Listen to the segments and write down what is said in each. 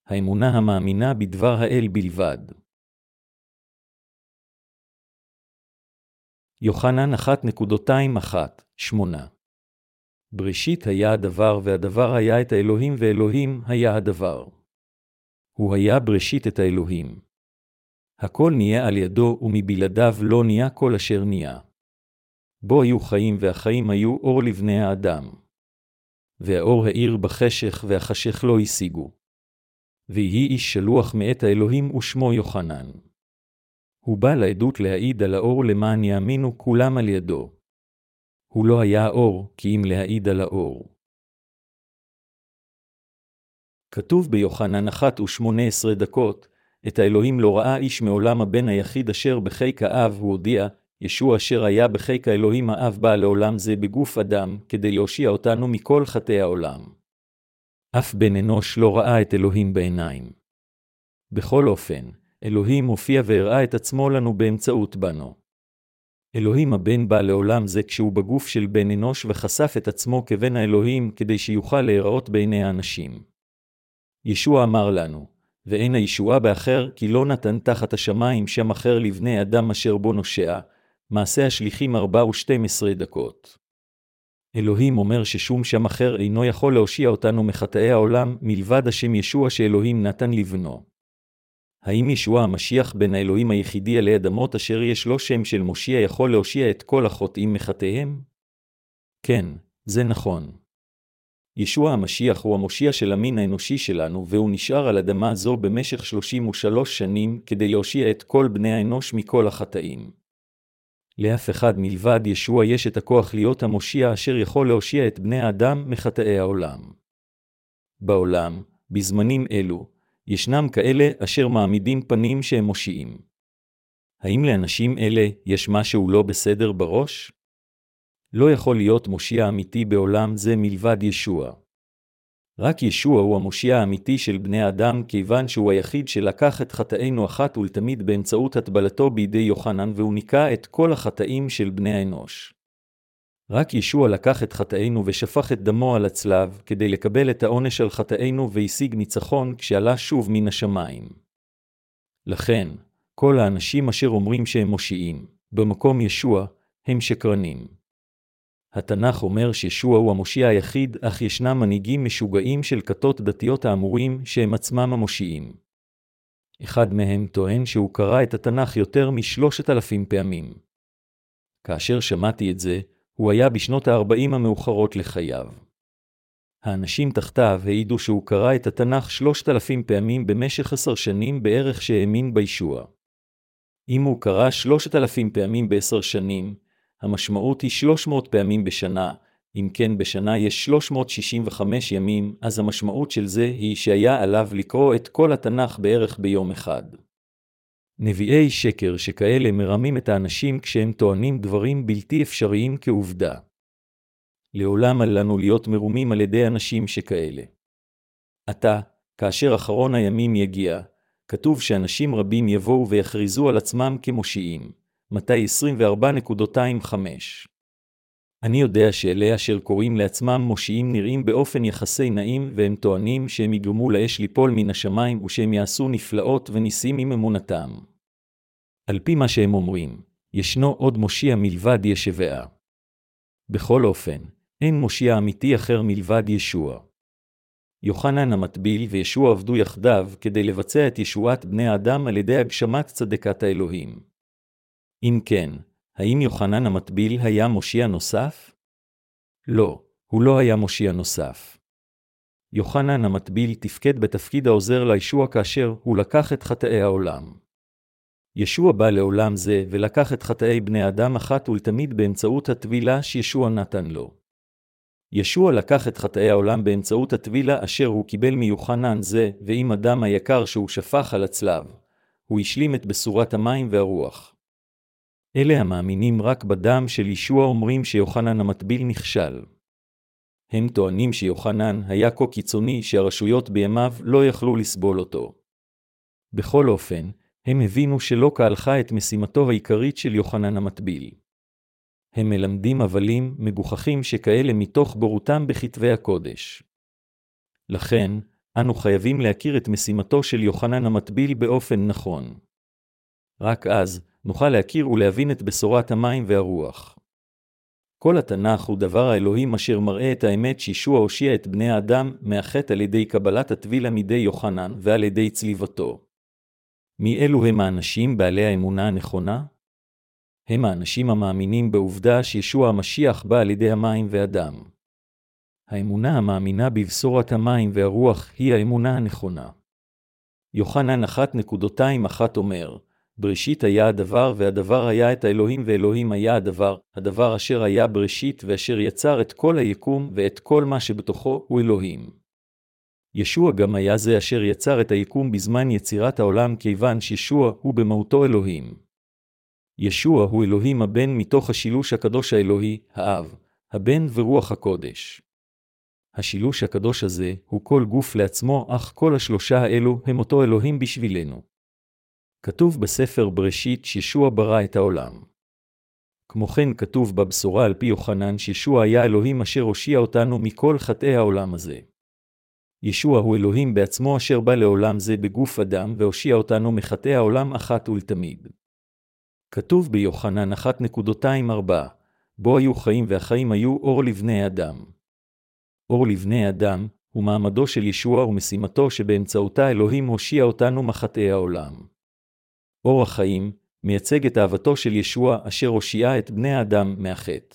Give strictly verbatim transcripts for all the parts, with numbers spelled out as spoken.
האמונה המאמינה בדבר האל בלבד. יוחנן אחת אחת שמונה בראשית היה הדבר, והדבר היה את האלוהים, ואלוהים היה הדבר. הוא היה בראשית את האלוהים. הכל נהיה על ידו, ומבלעדיו לא נהיה כל אשר נהיה. בו היו חיים, והחיים היו אור לבני האדם. והאור האיר בחשך, והחשך לא השיגו. ויהי איש שלוח מאת האלוהים, ושמו יוחנן. הוא בא לעדות להעיד על האור, למען יאמינו כולם על ידו. הוא לא היה האור, כי אם להעיד על האור. כתוב ביוחנן אחת ושמונה עשרה דקות, את האלוהים לא ראה איש מעולם, הבן היחיד אשר בחיק האב, הוא הודיע, ישוע אשר היה בחיק האלוהים האב בא לעולם זה בגוף אדם, כדי להושיע אותנו מכל חטאי העולם. אף בן אנוש לא ראה את אלוהים בעיניים. בכל אופן, אלוהים הופיע והראה את עצמו לנו באמצעות בנו. אלוהים הבן בא לעולם זה כשהוא בגוף של בן אנוש וחשף את עצמו כבן האלוהים כדי שיוכל להיראות בעיני האנשים. ישוע אמר לנו, ואין הישועה באחר, כי לא נתן תחת השמיים שם אחר לבני אדם אשר בו נושע. מעשה השליחים ארבע ושתים עשרה דקות. אלוהים אומר ששום שם אחר אינו יכול להושיע אותנו מחטאי העולם, מלבד השם ישוע שאלוהים נתן לבנו. האם ישוע המשיח בן האלוהים היחידי עלי אדמות אשר יש לו שם של מושיע יכול להושיע את כל החוטאים מחטאיהם? כן, זה נכון. ישוע המשיח הוא המושיע של המין האנושי שלנו, והוא נשאר על אדמה זו במשך שלושים ושלוש שנים כדי להושיע את כל בני האנוש מכל החטאים. לאף אחד מלבד ישוע יש את הכוח להיות המושיע אשר יכול להושיע את בני האדם מחטאי העולם. בעולם, בזמנים אלו, ישנם כאלה אשר מעמידים פנים שהם מושיעים. האם לאנשים אלה יש משהו לא בסדר בראש? לא יכול להיות מושיע אמיתי בעולם זה מלבד ישוע. רק ישוע הוא המושיע האמיתי של בני האדם, כיוון שהוא היחיד שלקח את חטאינו אחת ולתמיד באמצעות הטבלתו בידי יוחנן, והוא ניקה את כל החטאים של בני האנוש. רק ישוע לקח את חטאינו ושפך את דמו על הצלב, כדי לקבל את העונש על חטאינו והשיג ניצחון כשעלה שוב מן השמיים. לכן, כל האנשים אשר אומרים שהם מושיעים, במקום ישוע, הם שקרנים. התנ"ך אומר שישוע הוא המושיע היחיד, אך ישנם מנהיגים משוגעים של כתות דתיות האמורים שהם עצמם המושיעים. אחד מהם טוען שהוא קרא את התנ"ך יותר משלושת אלפים פעמים. כאשר שמעתי את זה, הוא היה בשנות הארבעים המאוחרות לחייו. האנשים תחתיו העידו שהוא קרא את התנ"ך שלושת אלפים פעמים במשך עשר שנים בערך שהאמין בישוע. אם הוא קרא שלושת אלפים פעמים בעשר שנים, המשמעות היא שלוש מאות פעמים בשנה. אם כן בשנה יש שלוש מאות שישים וחמישה ימים, אז המשמעות של זה היא שהיה עליו לקרוא את כל התנ"ך בערך ביום אחד. נביאי שקר שכאלה מרמים את האנשים כשהם טוענים דברים בלתי אפשריים כעובדה. לעולם אל לנו להיות מרומים על ידי אנשים שכאלה. עתה, כאשר אחרון הימים יגיע, כתוב שאנשים רבים יבואו ויכריזו על עצמם כמושיעים. מתי עשרים וארבע חמש. אני יודע שאלה אשר קוראים לעצמם מושיעים נראים באופן יחסי נעים, והם טוענים שהם יגרמו לאש ליפול מן השמיים ושהם יעשו נפלאות וניסים עם אמונתם. על פי מה שהם אומרים, ישנו עוד מושיע מלבד ישוע. בכל אופן, אין מושיע אמיתי אחר מלבד ישוע. יוחנן המטביל וישוע עבדו יחדיו כדי לבצע את ישועת בני האדם על ידי הגשמת צדקת האלוהים. אם כן, האם יוחנן המטביל היה מושיע נוסף? לא, הוא לא היה מושיע נוסף. יוחנן המטביל תפקד בתפקיד העוזר לישוע כאשר הוא לקח את חטאי העולם. ישוע בא לעולם זה ולקח את חטאי בני אדם אחת ולתמיד באמצעות הטבילה שישוע נתן לו. ישוע לקח את חטאי העולם באמצעות הטבילה אשר הוא קיבל מיוחנן זה, ועם הדם היקר שהוא שפך על הצלב, הוא השלים את בשורת המים והרוח. אלה המאמינים רק בדם של ישוע אומרים שיוחנן המטביל נכשל. הם טוענים שיוחנן היה כה קיצוני שהרשויות בימיו לא יכלו לסבול אותו. בכל אופן, הם הבינו שלא כהלכה את משימתו העיקרית של יוחנן המטביל. הם מלמדים הבלים מגוחכים שכאלה מתוך בורותם בכתבי הקודש. לכן, אנו חייבים להכיר את משימתו של יוחנן המטביל באופן נכון. רק אז נוכל להכיר ולהבין את בשורת המים והרוח. כל התנ"ך הוא דבר האלוהים אשר מראה את האמת שישוע הושיע את בני האדם מהחטא על ידי קבלת הטבילה מידי יוחנן ועל ידי צליבתו. מי אלו הם האנשים בעלי האמונה הנכונה? הם האנשים המאמינים בעובדה שישוע המשיח בא על ידי המים והדם. האמונה המאמינה בבשורת המים והרוח היא האמונה הנכונה. יוחנן אחת נקודתיים אחת אומר, בראשית היה הדבר והדבר היה את האלוהים ואלוהים היה הדבר, הדבר אשר היה בראשית ואשר יצר את כל היקום ואת כל מה שבתוכו הוא אלוהים. ישוע גם היה זה אשר יצר את היקום בזמן יצירת העולם כיוון שישוע הוא במהותו אלוהים. ישוע הוא אלוהים הבן מתוך השילוש הקדוש האלוהי, האב, הבן ורוח הקודש. השילוש הקדוש הזה הוא כל גוף לעצמו, אך כל השלושה האלו הם אותו אלוהים בשבילנו. כתוב בספר בראשית שישוע ברא את העולם. כמו כן כתוב בבשורה על פי יוחנן שישוע היה אלוהים אשר הושיע אותנו מכל חטאי העולם הזה. ישוע הוא אלוהים בעצמו אשר בא לעולם זה בגוף אדם והושיע אותנו מחטאי העולם אחת ולתמיד. כתוב ביוחנן אחת נקודתיים ארבע, בו היו חיים והחיים היו אור לבני אדם. אור לבני אדם הוא מעמדו של ישוע ומשימתו שבאמצעותה אלוהים הושיע אותנו מחטאי העולם. אור החיים מייצג את אהבתו של ישוע אשר הושיעה את בני האדם מהחטא.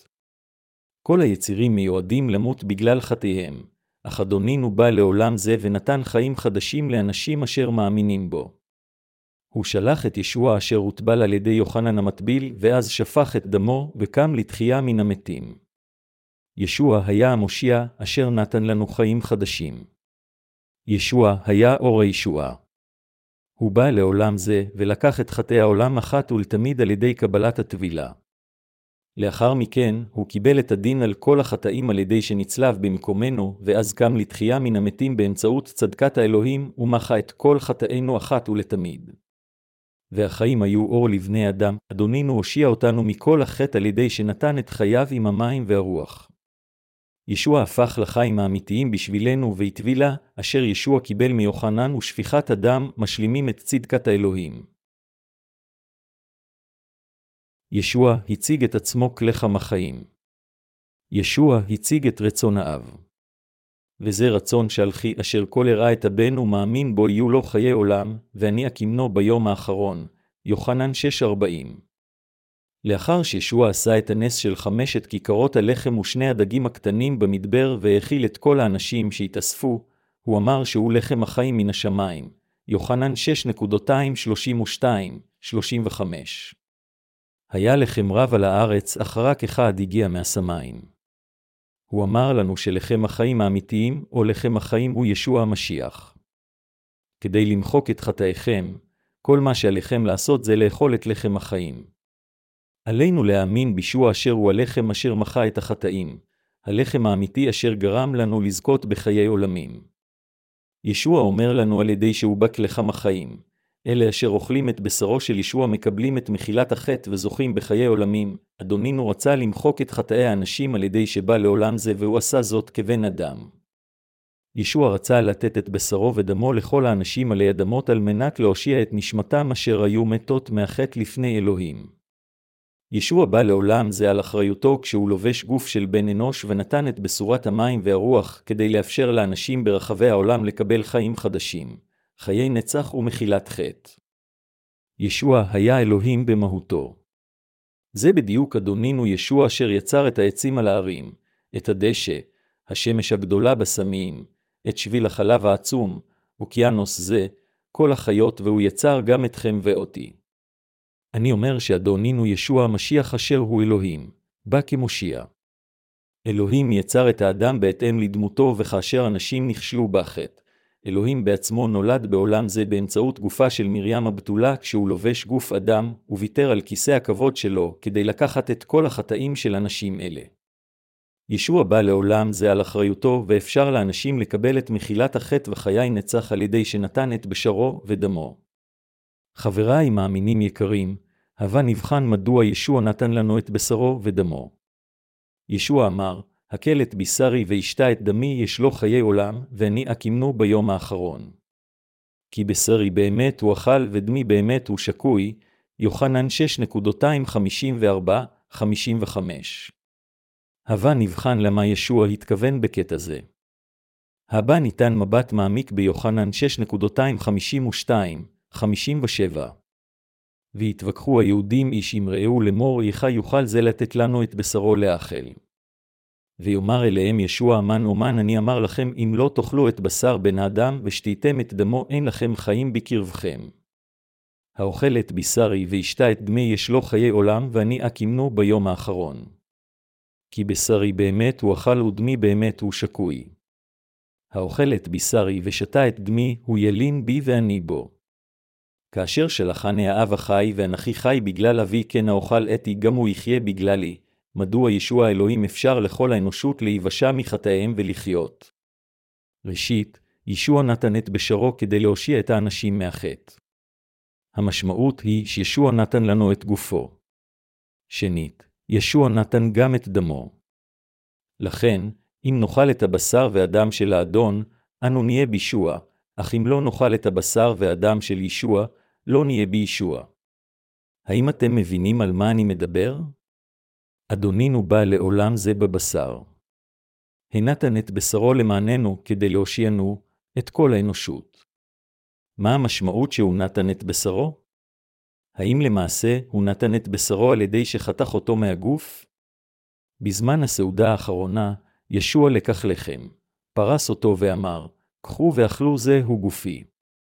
כל היצירים מיועדים למות בגלל חטאיהם, אך אדונינו בא לעולם זה ונתן חיים חדשים לאנשים אשר מאמינים בו. הוא שלח את ישוע אשר הוטבל על ידי יוחנן המטביל ואז שפך את דמו וקם לתחייה מן המתים. ישוע היה המושיע אשר נתן לנו חיים חדשים. ישוע היה אור הישועה. הוא בא לעולם זה ולקח את חטאי העולם אחת ולתמיד על ידי קבלת הטבילה. לאחר מכן הוא קיבל את הדין על כל החטאים על ידי שנצלב במקומנו ואז קם לתחייה מן המתים באמצעות צדקת האלוהים ומחה את כל חטאינו אחת ולתמיד. והחיים היו אור לבני אדם, אדונינו הושיע אותנו מכל החטא על ידי שנתן את חייו עם המים והרוח. ישוע הפך לחיים האמיתיים בשבילנו והטבילה, אשר ישוע קיבל מיוחנן ושפיכת הדם משלימים את צדקת האלוהים. ישוע הציג את עצמו כלחם החיים. ישוע הציג את רצון האב. וזה רצון שלחי אשר כל הראה את הבן ומאמין בו יהיו לו חיי עולם, ואני אקימנו ביום האחרון. יוחנן שש ארבעים. לאחר שישוע עשה את הנס של חמשת כיכרות הלחם ושני הדגים הקטנים במדבר והאכיל את כל האנשים שהתאספו, הוא אמר שהוא לחם החיים מן השמיים. יוחנן שש שלושים ושתיים שלושים וחמש. היה לחם רב על הארץ, אך רק אחד הגיע מהשמיים. הוא אמר לנו שלחם החיים האמיתיים או לחם החיים הוא ישוע המשיח. כדי למחוק את חטאיכם, כל מה שעליכם לעשות זה לאכול את לחם החיים. עלינו להאמין בישוע אשר הוא הלחם אשר מחה את החטאים, הלחם האמיתי אשר גרם לנו לזכות בחיי עולמים. ישוע אומר לנו על ידי שהוא בא כלחם החיים, אלה אשר אוכלים את בשרו של ישוע מקבלים את מחילת החטא וזוכים בחיי עולמים. אדונינו רצה למחוק את חטאי האנשים על ידי שבא לעולם זה והוא עשה זאת כבן אדם. ישוע רצה לתת את בשרו ודמו לכל האנשים עלי אדמות על מנת להושיע את נשמתם אשר היו מתות מהחטא לפני אלוהים. ישוע בא לעולם זה על אחריותו כשהוא לובש גוף של בן אנוש ונתן את בשורת המים והרוח כדי לאפשר לאנשים ברחבי העולם לקבל חיים חדשים, חיי נצח ומחילת חטא. ישוע היה אלוהים במהותו. זה בדיוק אדונינו ישוע אשר יצר את העצים על הערים, את הדשא, השמש הגדולה בסמים, את שביל החלב העצום, אוקיינוס זה, כל החיות והוא יצר גם אתכם ואותי. אני אומר שאדונינו ישוע המשיח אשר הוא אלוהים, בא כמושיע. אלוהים יצר את האדם בהתאם לדמותו וכאשר אנשים נכשלו בחטא. אלוהים בעצמו נולד בעולם זה באמצעות גופה של מרים הבתולה כשהוא לובש גוף אדם וויתר על כיסא הכבוד שלו כדי לקחת את כל החטאים של אנשים אלה. ישוע בא לעולם זה על אחריותו ואפשר לאנשים לקבל את מחילת החטא וחיי נצח על ידי שנתן את בשרו ודמו. חבריי מאמינים יקרים, הבה נבחן מדוע ישוע נתן לנו את בשרו ודמו. ישוע אמר, הקל את בשרי וישתה את דמי יש לו חיי עולם, ואני אקימנו ביום האחרון. כי בשרי באמת הוא אכל ודמי באמת הוא שקוי, יוחנן שש חמישים וארבע חמישים וחמש. הבה נבחן למה ישוע התכוון בקטע זה. הבא ניתן מבט מעמיק ביוחנן שש חמישים ושתיים חמישים ושבע. והתווכחו היהודים איש אמראו לאמור, איכה יוכל זה לתת לנו את בשרו לאכל. ויאמר אליהם ישוע, אמן אומן אני אמר לכם, אם לא תאכלו את בשר בן האדם ושתיתם את דמו, אין לכם חיים בקרבכם. האוכל את בשרי וישתה את דמי יש לו חיי עולם, ואני אקימנו ביום האחרון. כי בשרי באמת הוא אכל ודמי באמת הוא שקוי. האוכל את בשרי ושתה את דמי הוא ילין בי ואני בו. כאשר שלחני האב החי ואנכי חי בגלל אבי, כן האוכל אתי גם הוא יחיה בגללי. מדוע ישוע אלוהים אפשר לכל האנושות להיוושע מחטאיהם ולחיות? ראשית, ישוע נתן את בשרו כדי להושיע את האנשים מהחטא. המשמעות היא שישוע נתן לנו את גופו. שנית, ישוע נתן גם את דמו. לכן, אם נאכל את הבשר והדם של האדון, אנו נהיה בישוע, אך אם לא נאכל את הבשר והדם של ישוע, לא נהיה בישוע. האם אתם מבינים על מה אני מדבר? אדונינו בא לעולם זה בבשר. הנתן את בשרו למעננו כדי להושיענו, את כל האנושות. מה המשמעות שהוא נתן את בשרו? האם למעשה הוא נתן את בשרו על ידי שחתך אותו מהגוף? בזמן הסעודה האחרונה, ישוע לקח לחם, פרס אותו ואמר, קחו ואכלו זה הוא גופי.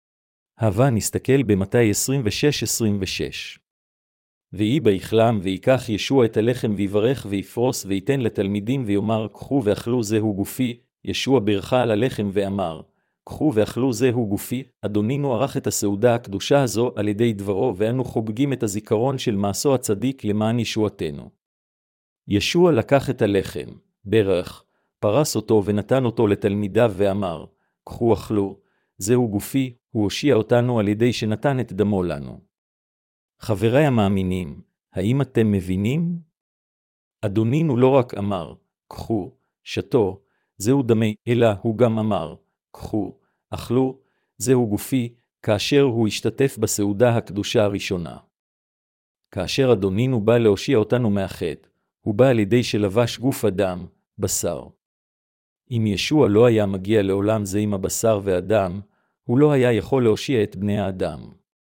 הבה נסתכל במתי עשרים ושש עשרים ושש. ויהי ביכלם ויקח ישוע את הלחם ויברך ויפרוס וייתן לתלמידים ויאמר, קחו ואכלו זה הוא גופי. ישוע ברכה על הלחם ואמר, קחו ואכלו זה הוא גופי. אדונינו ערך את הסעודה הקדושה הזו על ידי דברו, ואנו חוגגים את הזיכרון של מעשו הצדיק למען ישועתנו. ישוע לקח את הלחם, ברך, פרס אותו ונתן אותו לתלמידיו ואמר, קחו אכלו, זהו גופי, הוא הושיע אותנו על ידי שנתן את דמו לנו. חבריי המאמינים, האם אתם מבינים? אדונינו לא רק אמר, קחו, שתו, זהו דמי, אלא הוא גם אמר, קחו, אכלו, זהו גופי, כאשר הוא השתתף בסעודה הקדושה הראשונה. כאשר אדונינו בא להושיע אותנו מהחטא, הוא בא על ידי שלבש גוף אדם, בשר. אם ישוע לא היה מגיע לעולם זה עם הבשר והדם, הוא לא היה יכול להושיע את בני האדם.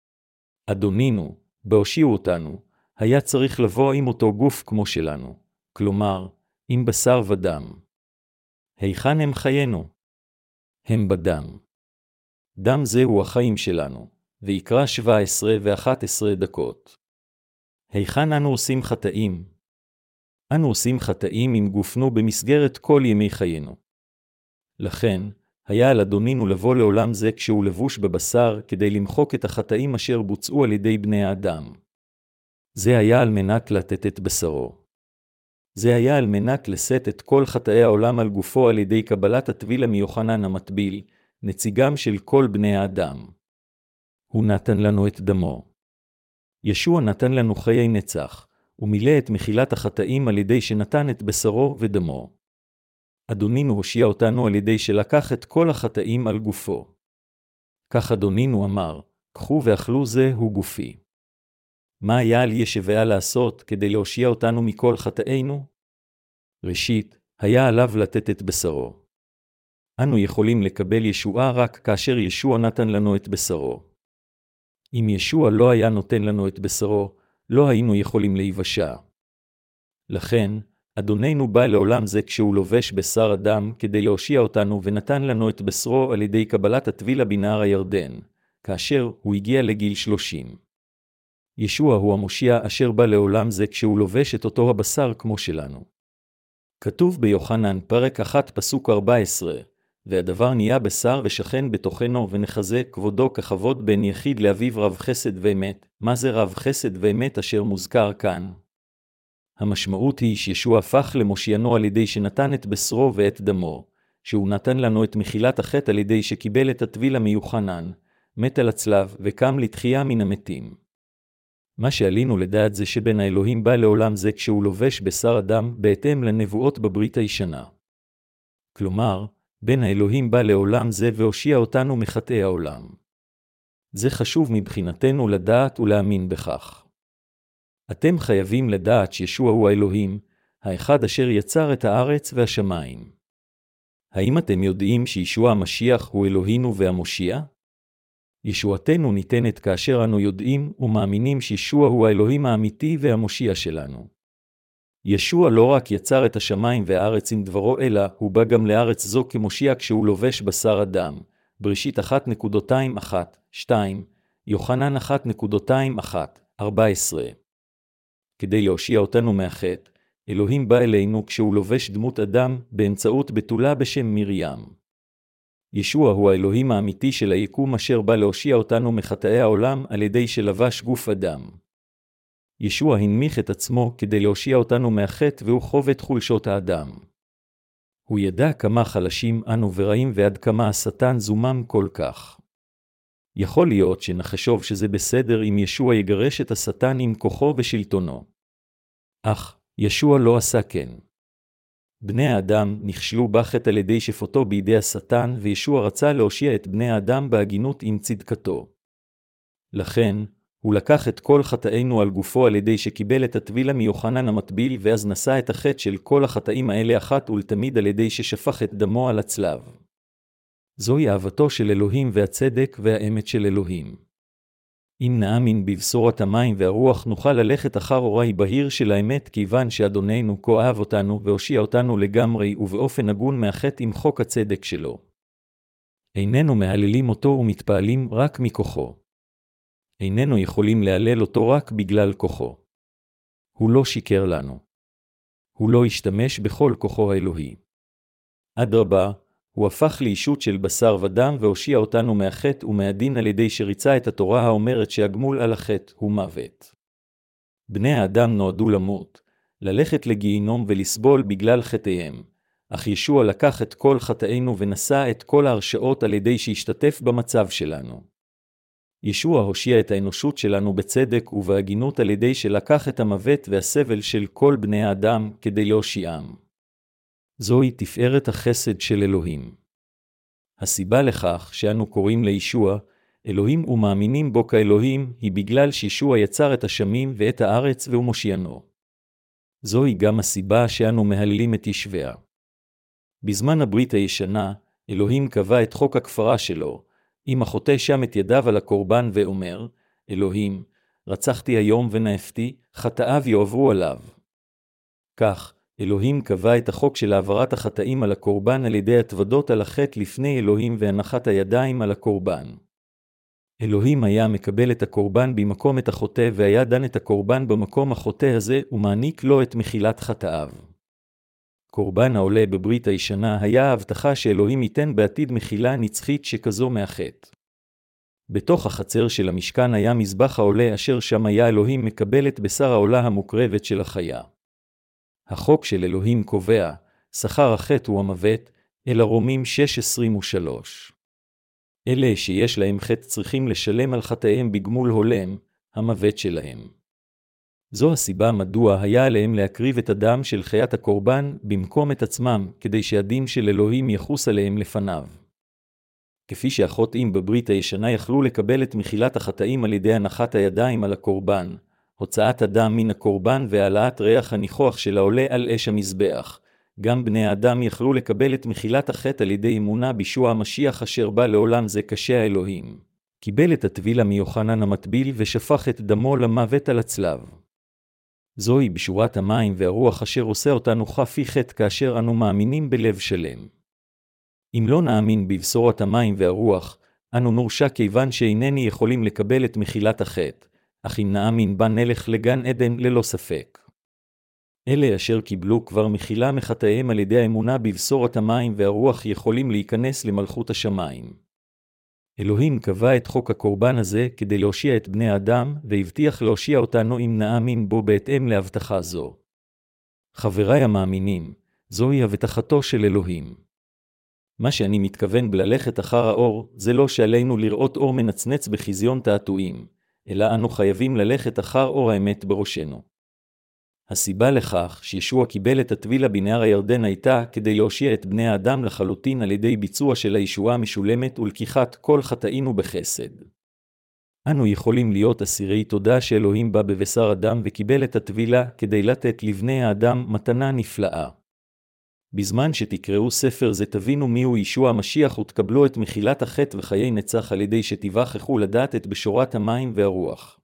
אדונינו, בהושיעו אותנו, היה צריך לבוא עם אותו גוף כמו שלנו, כלומר, עם בשר ודם. היכן הם חיינו? הם בדם. דם זהו החיים שלנו, ויקרא שבע עשרה ואחת עשרה דקות. היכן אנו עושים חטאים? אנו עושים חטאים עם גופנו במסגרת כל ימי חיינו. לכן, היה על אדונינו לבוא לעולם זה כשהוא לבוש בבשר כדי למחוק את החטאים אשר בוצעו על ידי בני האדם. זה היה על מנת לתת את בשרו. זה היה על מנת לשאת את כל חטאי העולם על גופו על ידי קבלת הטבילה מיוחנן המטביל, נציגם של כל בני האדם. הוא נתן לנו את דמו. ישוע נתן לנו חיי נצח, ומילא את מחילת החטאים על ידי שנתן את בשרו ודמו. אדונינו הושיע אותנו על ידי שלקח את כל החטאים על גופו. כך אדונינו אמר, קחו ואכלו זה הוא גופי. מה היה על ישוע לעשות כדי להושיע אותנו מכל חטאינו? ראשית, היה עליו לתת את בשרו. אנו יכולים לקבל ישועה רק כאשר ישוע נתן לנו את בשרו. אם ישוע לא היה נותן לנו את בשרו, לא היינו יכולים להיוושע. לכן, אדוננו בא לעולם זה כשהוא לובש בשר אדם כדי להושיע אותנו ונתן לנו את בשרו על ידי קבלת הטבילה בנהר הירדן, כאשר הוא הגיע לגיל שלושים. ישוע הוא המושיע אשר בא לעולם זה כשהוא לובש את אותו הבשר כמו שלנו. כתוב ביוחנן פרק אחת פסוק ארבע עשרה, והדבר נהיה בשר ושכן בתוכנו ונחזה כבודו ככבוד בן יחיד לאביו רב חסד ואמת. מה זה רב חסד ואמת אשר מוזכר כאן? המשמעות היא שישוע הפך למושיינו על ידי שנתן את בשרו ואת דמו, שהוא נתן לנו את מחילת החטא על ידי שקיבל את הטבילה מיוחנן, מת על הצלב וקם לתחייה מן המתים. מה שעלינו לדעת זה שבן האלוהים בא לעולם זה כשהוא לובש בשר אדם בהתאם לנבואות בברית הישנה. כלומר, בן האלוהים בא לעולם זה והושיע אותנו מחטאי העולם. זה חשוב מבחינתנו לדעת ולהאמין בכך. אתם חייבים לדעת שישוע הוא האלוהים, האחד אשר יצר את הארץ והשמיים. האם אתם יודעים שישוע המשיח הוא אלוהינו והמושיע? ישועתנו ניתנת כאשר אנו יודעים ומאמינים שישוע הוא האלוהים האמיתי והמושיע שלנו. ישוע לא רק יצר את השמיים והארץ עם דברו, אלא הוא בא גם לארץ זו כמושיע כשהוא לובש בשר אדם. בראשית אחת אחת שתיים, יוחנן אחת אחת ארבע עשרה. כדי להושיע אותנו מהחטא, אלוהים בא אלינו כשהוא לובש דמות אדם באמצעות בתולה בשם מרים. ישוע הוא האלוהים האמיתי של היקום אשר בא להושיע אותנו מחטאי העולם על ידי שלבש גוף אדם. ישוע הנמיך את עצמו כדי להושיע אותנו מהחטא והוא חוב את חולשות האדם. הוא ידע כמה חלשים אנו ורעים ועד כמה השטן זומם כל כך. יכול להיות שנחשוב שזה בסדר אם ישוע יגרש את השטן עם כוחו ושלטונו. אך ישוע לא עשה כן. בני האדם נכשלו בחטא על ידי שפוטו בידי השטן, וישוע רצה להושיע את בני האדם בהגינות עם צדקתו. לכן, הוא לקח את כל חטאינו על גופו על ידי שקיבל את הטבילה מיוחנן המטביל, ואז נשא את החטא של כל החטאים האלה אחת ולתמיד על ידי ששפך את דמו על הצלב. זוהי אהבתו של אלוהים והצדק והאמת של אלוהים. אם נאמין בבשורת המים והרוח נוכל ללכת אחר אורי בהיר של האמת, כיוון שאדוננו כה אהב אותנו והושיע אותנו לגמרי ובאופן הגון מהחטא עם חוק הצדק שלו. איננו מהללים אותו ומתפעלים רק מכוחו. איננו יכולים להלל אותו רק בגלל כוחו. הוא לא שיקר לנו. הוא לא השתמש בכל כוחו האלוהי. אדרבה, הוא הפך לישות של בשר ודם והושיע אותנו מהחטא ומהדין על ידי שריצה את התורה האומרת שהגמול על החטא הוא מוות. בני האדם נועדו למות, ללכת לגיהינום ולסבול בגלל חטאיהם, אך ישוע לקח את כל חטאינו ונשא את כל ההרשעות על ידי שהשתתף במצב שלנו. ישוע הושיע את האנושות שלנו בצדק ובהגינות על ידי שלקח את המוות והסבל של כל בני האדם כדי להושיעם. זוהי תפארת החסד של אלוהים. הסיבה לכך שאנו קוראים לישוע אלוהים ומאמינים בו כאלוהים היא בגלל שישוע יצר את השמים ואת הארץ והוא מושיענו. זוהי גם הסיבה שאנו מהללים את ישוע. בזמן הברית הישנה, אלוהים קבע את חוק הכפרה שלו, אם החוטא שם את ידיו על הקורבן ואומר, אלוהים, רצחתי היום ונאפתי, חטאיו יועברו עליו. כך, אלוהים קבע את החוק של העברת החטאים על הקורבן על ידי התוודות על החטא לפני אלוהים והנחת הידיים על הקורבן. אלוהים היה מקבל את הקורבן במקום את החוטא והיה דן את הקורבן במקום החוטא הזה ומעניק לו את מחילת חטאיו. קורבן העולה בברית הישנה היה ההבטחה שאלוהים ייתן בעתיד מחילה נצחית שכזו מהחטא. בתוך החצר של המשכן היה מזבח העולה אשר שם היה אלוהים מקבל את בשר העולה המוקרבת של החיה. החוק של אלוהים קובע, שכר החטא הוא המוות, אל הרומים שש עשרים ושלוש. אלה שיש להם חטא צריכים לשלם על חטאיהם בגמול הולם, המוות שלהם. זו הסיבה מדוע היה עליהם להקריב את הדם של חיית הקורבן במקום את עצמם, כדי שהדין של אלוהים יחוס עליהם לפניו. כפי שהחוטאים בברית הישנה יכלו לקבל את מחילת החטאים על ידי הנחת הידיים על הקורבן, הוצאת הדם מן הקורבן והעלאת ריח הניחוח של העולה על אש המזבח, גם בני האדם יכלו לקבל את מחילת החטא על ידי אמונה בישוע המשיח אשר בא לעולם זה כשע האלוהים. קיבל את הטבילה מיוחנן המטביל ושפך את דמו למוות על הצלב. זוהי בשורת המים והרוח אשר עושה אותנו חפי חטא כאשר אנו מאמינים בלב שלם. אם לא נאמין בבשורת המים והרוח, אנו נורשע כיוון שאינני יכולים לקבל את מחילת החטא, אך אם נאמין בה נלך לגן עדן ללא ספק. אלה אשר קיבלו כבר מחילה מחטאיהם על ידי האמונה בבשורת המים והרוח יכולים להיכנס למלכות השמיים. אלוהים קבע את חוק הקורבן הזה כדי להושיע את בני האדם, והבטיח להושיע אותנו אם נאמין בו בהתאם להבטחה זו. חבריי המאמינים, זוהי הבטחתו של אלוהים. מה שאני מתכוון בללכת אחר האור, זה לא שעלינו לראות אור מנצנץ בחזיון תעתועים, אלא אנו חייבים ללכת אחר אור האמת בראשנו. הסיבה לכך שישוע קיבל את הטבילה בנהר הירדן הייתה כדי להושיע את בני האדם לחלוטין על ידי ביצוע של הישועה המשולמת ולקיחת כל חטאינו בחסד. אנו יכולים להיות אסירי תודה שאלוהים בא בבשר אדם וקיבל את הטבילה כדי לתת לבני האדם מתנה נפלאה. בזמן שתקראו ספר זה תבינו מיהו ישוע המשיח ותקבלו את מחילת החטא וחיי נצח על ידי שתיווכחו לדעת את בשורת המים והרוח.